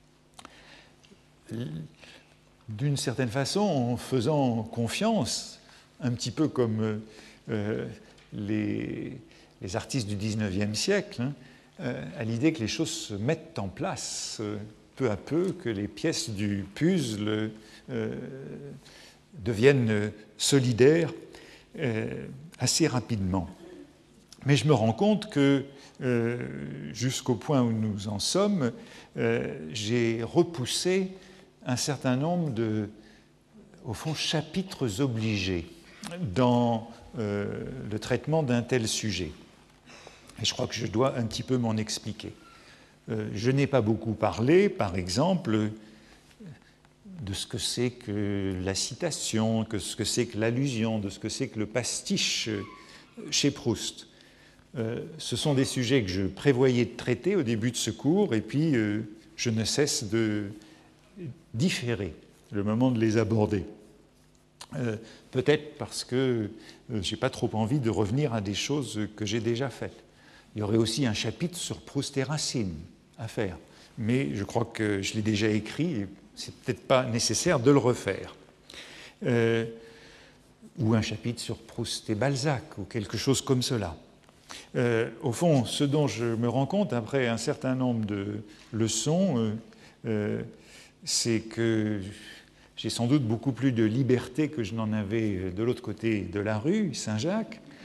D'une certaine façon, en faisant confiance, un petit peu comme euh, les, les artistes du dix-neuvième siècle, hein, euh, à l'idée que les choses se mettent en place euh, peu à peu, que les pièces du puzzle euh, deviennent solidaires euh, assez rapidement. Mais je me rends compte que euh, jusqu'au point où nous en sommes, euh, j'ai repoussé un certain nombre de, au fond, chapitres obligés dans euh, le traitement d'un tel sujet. Et je crois que je dois un petit peu m'en expliquer. Euh, je n'ai pas beaucoup parlé, par exemple, de ce que c'est que la citation, de ce que c'est que l'allusion, de ce que c'est que le pastiche chez Proust. Euh, ce sont des sujets que je prévoyais de traiter au début de ce cours, et puis euh, je ne cesse de différer le moment de les aborder. Euh, peut-être parce que euh, je n'ai pas trop envie de revenir à des choses que j'ai déjà faites. Il y aurait aussi un chapitre sur Proust et Racine à faire, mais je crois que je l'ai déjà écrit et c'est peut-être pas nécessaire de le refaire. Euh, ou un chapitre sur Proust et Balzac, ou quelque chose comme cela. Euh, au fond, ce dont je me rends compte après un certain nombre de leçons, euh, euh, c'est que j'ai sans doute beaucoup plus de liberté que je n'en avais de l'autre côté de la rue, Saint-Jacques,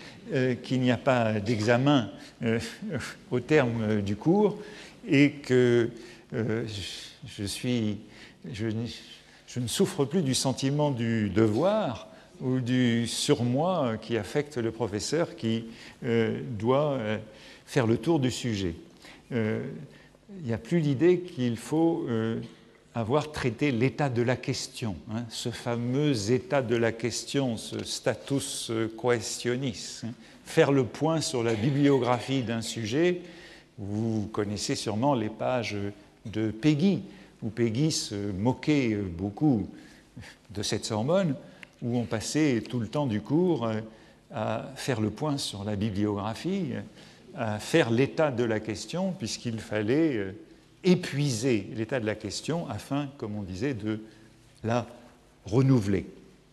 euh, qu'il n'y a pas d'examen euh, au terme du cours et que euh, je, suis, je, je ne souffre plus du sentiment du devoir ou du surmoi qui affecte le professeur qui euh, doit euh, faire le tour du sujet. Euh, il n'y a plus l'idée qu'il faut euh, avoir traité l'état de la question, hein, ce fameux état de la question, ce status quaestionis, hein, faire le point sur la bibliographie d'un sujet. Vous connaissez sûrement les pages de Peggy, où Peggy se moquait beaucoup de cette Sorbonne, où on passait tout le temps du cours à faire le point sur la bibliographie, à faire l'état de la question, puisqu'il fallait épuiser l'état de la question afin, comme on disait, de la renouveler.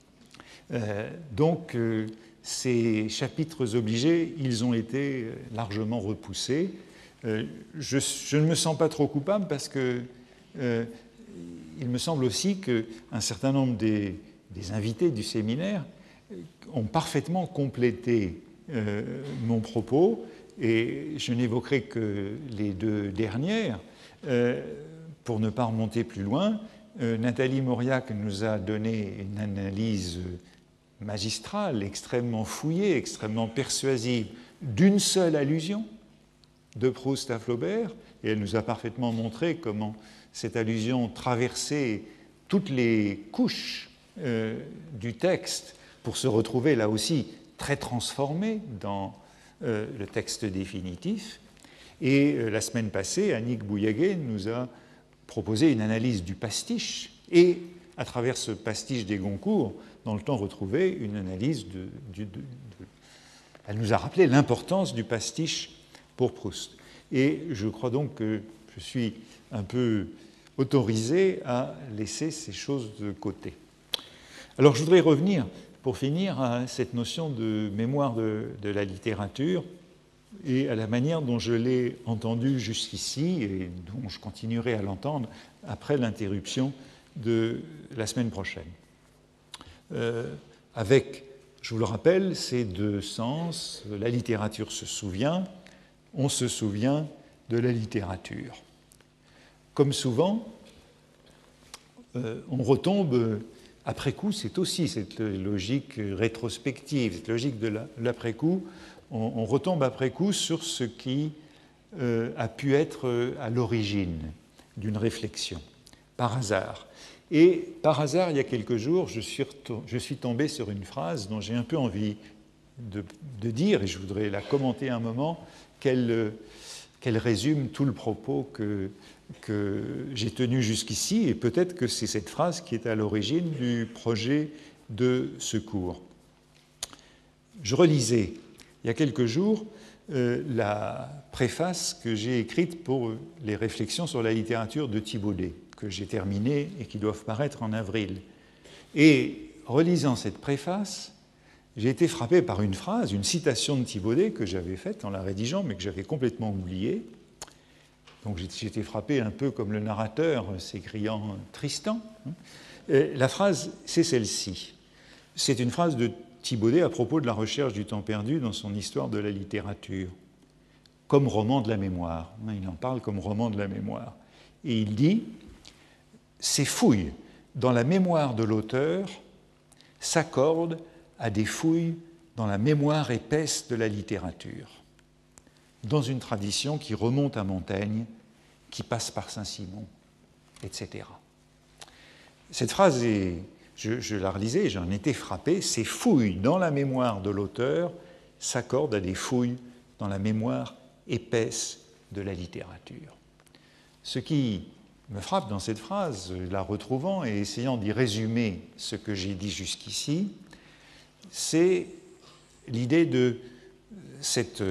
Euh, donc, euh, ces chapitres obligés, ils ont été largement repoussés. Euh, je, je ne me sens pas trop coupable parce que euh, il me semble aussi qu'un certain nombre des, des invités du séminaire ont parfaitement complété euh, mon propos, et je n'évoquerai que les deux dernières. Euh, pour ne pas remonter plus loin, euh, Nathalie Mauriac nous a donné une analyse magistrale, extrêmement fouillée, extrêmement persuasive, d'une seule allusion de Proust à Flaubert, et elle nous a parfaitement montré comment cette allusion traversait toutes les couches euh, du texte pour se retrouver là aussi très transformée dans euh, le texte définitif. Et euh, la semaine passée, Annick Bouillaguet nous a proposé une analyse du pastiche, et à travers ce pastiche des Goncourt, dans le temps retrouvé, une analyse de, de, de, de... Elle nous a rappelé l'importance du pastiche pour Proust. Et je crois donc que je suis un peu autorisé à laisser ces choses de côté. Alors je voudrais revenir, pour finir, à cette notion de mémoire de, de la littérature et à la manière dont je l'ai entendue jusqu'ici et dont je continuerai à l'entendre après l'interruption de la semaine prochaine. Euh, avec, je vous le rappelle, ces deux sens, la littérature se souvient, on se souvient de la littérature. Comme souvent, euh, on retombe après coup, c'est aussi cette logique rétrospective, cette logique de l'après-coup, on, on retombe après coup sur ce qui euh, a pu être à l'origine d'une réflexion, par hasard. Et par hasard, il y a quelques jours, je suis, je suis tombé sur une phrase dont j'ai un peu envie de, de dire, et je voudrais la commenter un moment, qu'elle qu'elle résume tout le propos que, que j'ai tenu jusqu'ici, et peut-être que c'est cette phrase qui est à l'origine du projet de ce cours. Je relisais il y a quelques jours euh, la préface que j'ai écrite pour les réflexions sur la littérature de Thibaudet, que j'ai terminée et qui doivent paraître en avril. Et relisant cette préface, j'ai été frappé par une phrase, une citation de Thibaudet que j'avais faite en la rédigeant, mais que j'avais complètement oubliée. Donc j'ai été frappé un peu comme le narrateur s'écriant « Tristan ». La phrase, c'est celle-ci. C'est une phrase de Thibaudet à propos de la recherche du temps perdu dans son histoire de la littérature, comme roman de la mémoire. Il en parle comme roman de la mémoire. Et il dit « Ces fouilles dans la mémoire de l'auteur s'accordent à des fouilles dans la mémoire épaisse de la littérature, dans une tradition qui remonte à Montaigne, qui passe par Saint-Simon, et cetera. Cette phrase, est, je, je la relisais, j'en étais frappé, ces fouilles dans la mémoire de l'auteur s'accordent à des fouilles dans la mémoire épaisse de la littérature. Ce qui me frappe dans cette phrase, la retrouvant et essayant d'y résumer ce que j'ai dit jusqu'ici, c'est l'idée de cette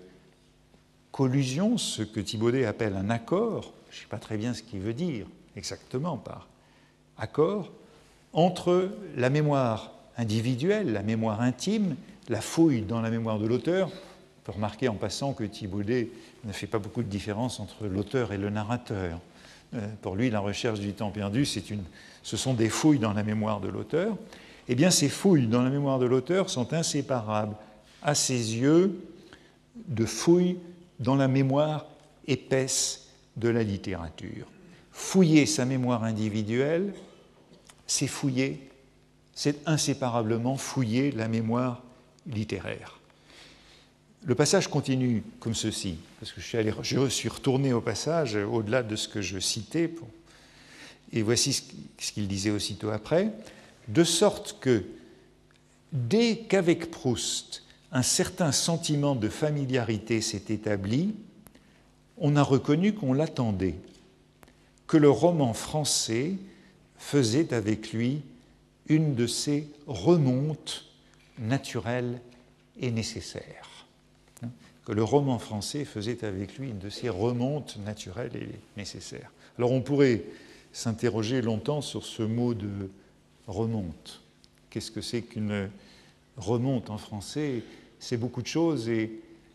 collusion, ce que Thibaudet appelle un accord, je ne sais pas très bien ce qu'il veut dire exactement par accord, entre la mémoire individuelle, la mémoire intime, la fouille dans la mémoire de l'auteur. On peut remarquer en passant que Thibaudet ne fait pas beaucoup de différence entre l'auteur et le narrateur. Euh, pour lui, la recherche du temps perdu, c'est une, ce sont des fouilles dans la mémoire de l'auteur. Eh bien, ces fouilles dans la mémoire de l'auteur sont inséparables à ses yeux, de fouille dans la mémoire épaisse de la littérature. Fouiller sa mémoire individuelle, c'est fouiller, c'est inséparablement fouiller la mémoire littéraire. Le passage continue comme ceci, parce que je suis, allé, je suis retourné au passage, au-delà de ce que je citais, pour, et voici ce qu'il disait aussitôt après, de sorte que, dès qu'avec Proust, un certain sentiment de familiarité s'est établi, on a reconnu qu'on l'attendait, que le roman français faisait avec lui une de ces remontes naturelles et nécessaires. Que le roman français faisait avec lui une de ces remontes naturelles et nécessaires. Alors on pourrait s'interroger longtemps sur ce mot de remonte. Qu'est-ce que c'est qu'une remonte en français? C'est beaucoup de choses et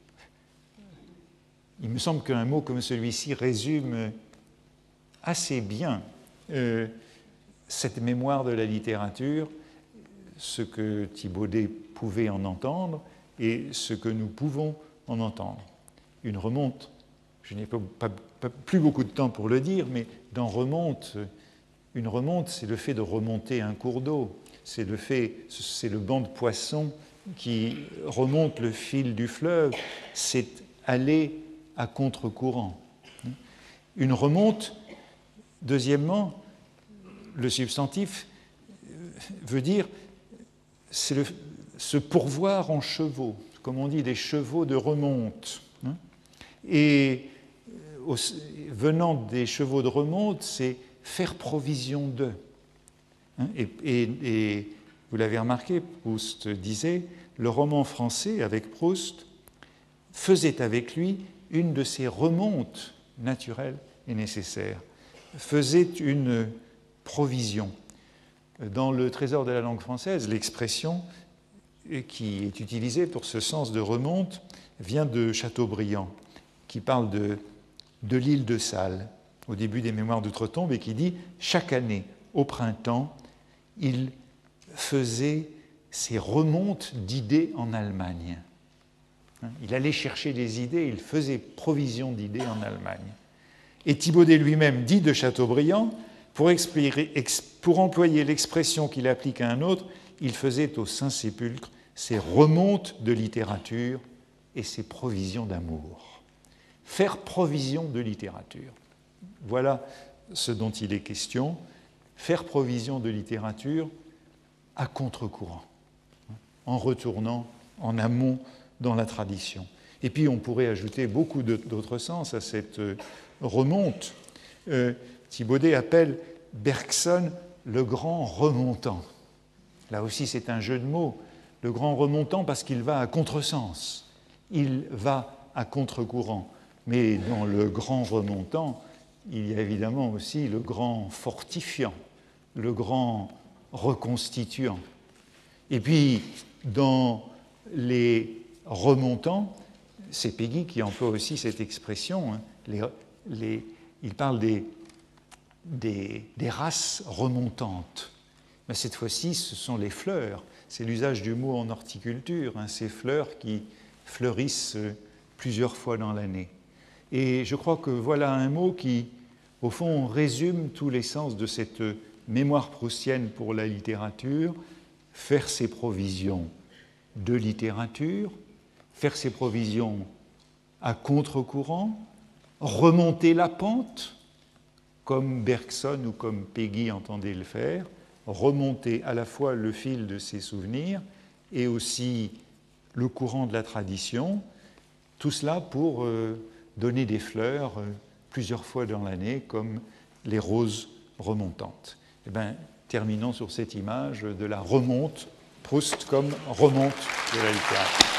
il me semble qu'un mot comme celui-ci résume assez bien euh, cette mémoire de la littérature, ce que Thibaudet pouvait en entendre et ce que nous pouvons en entendre. Une remonte, je n'ai pas, pas, pas plus beaucoup de temps pour le dire, mais dans remonte, une remonte, c'est le fait de remonter un cours d'eau, c'est le fait, c'est le banc de poissons qui remonte le fil du fleuve, c'est aller à contre-courant. Une remonte, deuxièmement, le substantif veut dire c'est le, se pourvoir en chevaux, comme on dit, des chevaux de remonte. Et au, venant des chevaux de remonte, c'est faire provision d'eux. Et, et, et vous l'avez remarqué, Proust disait, le roman français, avec Proust, faisait avec lui une de ces remontes naturelles et nécessaires, faisait une provision. Dans le Trésor de la langue française, l'expression qui est utilisée pour ce sens de remonte vient de Chateaubriand, qui parle de, de l'île de Salles, au début des Mémoires d'Outre-Tombe, et qui dit « Chaque année, au printemps, il faisait ses remontes d'idées en Allemagne. » Il allait chercher des idées, il faisait provision d'idées en Allemagne. Et Thibaudet lui-même dit de Chateaubriand, pour, expliquer, pour employer l'expression qu'il applique à un autre, il faisait au Saint-Sépulcre ses remontes de littérature et ses provisions d'amour. Faire provision de littérature. Voilà ce dont il est question. Faire provision de littérature à contre-courant, en retournant en amont dans la tradition. Et puis on pourrait ajouter beaucoup d'autres sens à cette remonte. Euh, Thibaudet appelle Bergson le grand remontant. Là aussi c'est un jeu de mots. Le grand remontant parce qu'il va à contresens. Il va à contre-courant. Mais dans le grand remontant, il y a évidemment aussi le grand fortifiant, le grand reconstituant. Et puis, dans les remontants, c'est Péguy qui emploie aussi cette expression, hein, les, les, il parle des, des, des races remontantes. Mais cette fois-ci, ce sont les fleurs. C'est l'usage du mot en horticulture, hein, ces fleurs qui fleurissent plusieurs fois dans l'année. Et je crois que voilà un mot qui, au fond, résume tous les sens de cette mémoire proustienne pour la littérature, faire ses provisions de littérature, faire ses provisions à contre-courant, remonter la pente, comme Bergson ou comme Péguy entendait le faire, remonter à la fois le fil de ses souvenirs et aussi le courant de la tradition, tout cela pour euh, donner des fleurs euh, plusieurs fois dans l'année, comme les roses remontantes. Eh bien, terminons sur cette image de la remonte, Proust comme remonte de la littérature.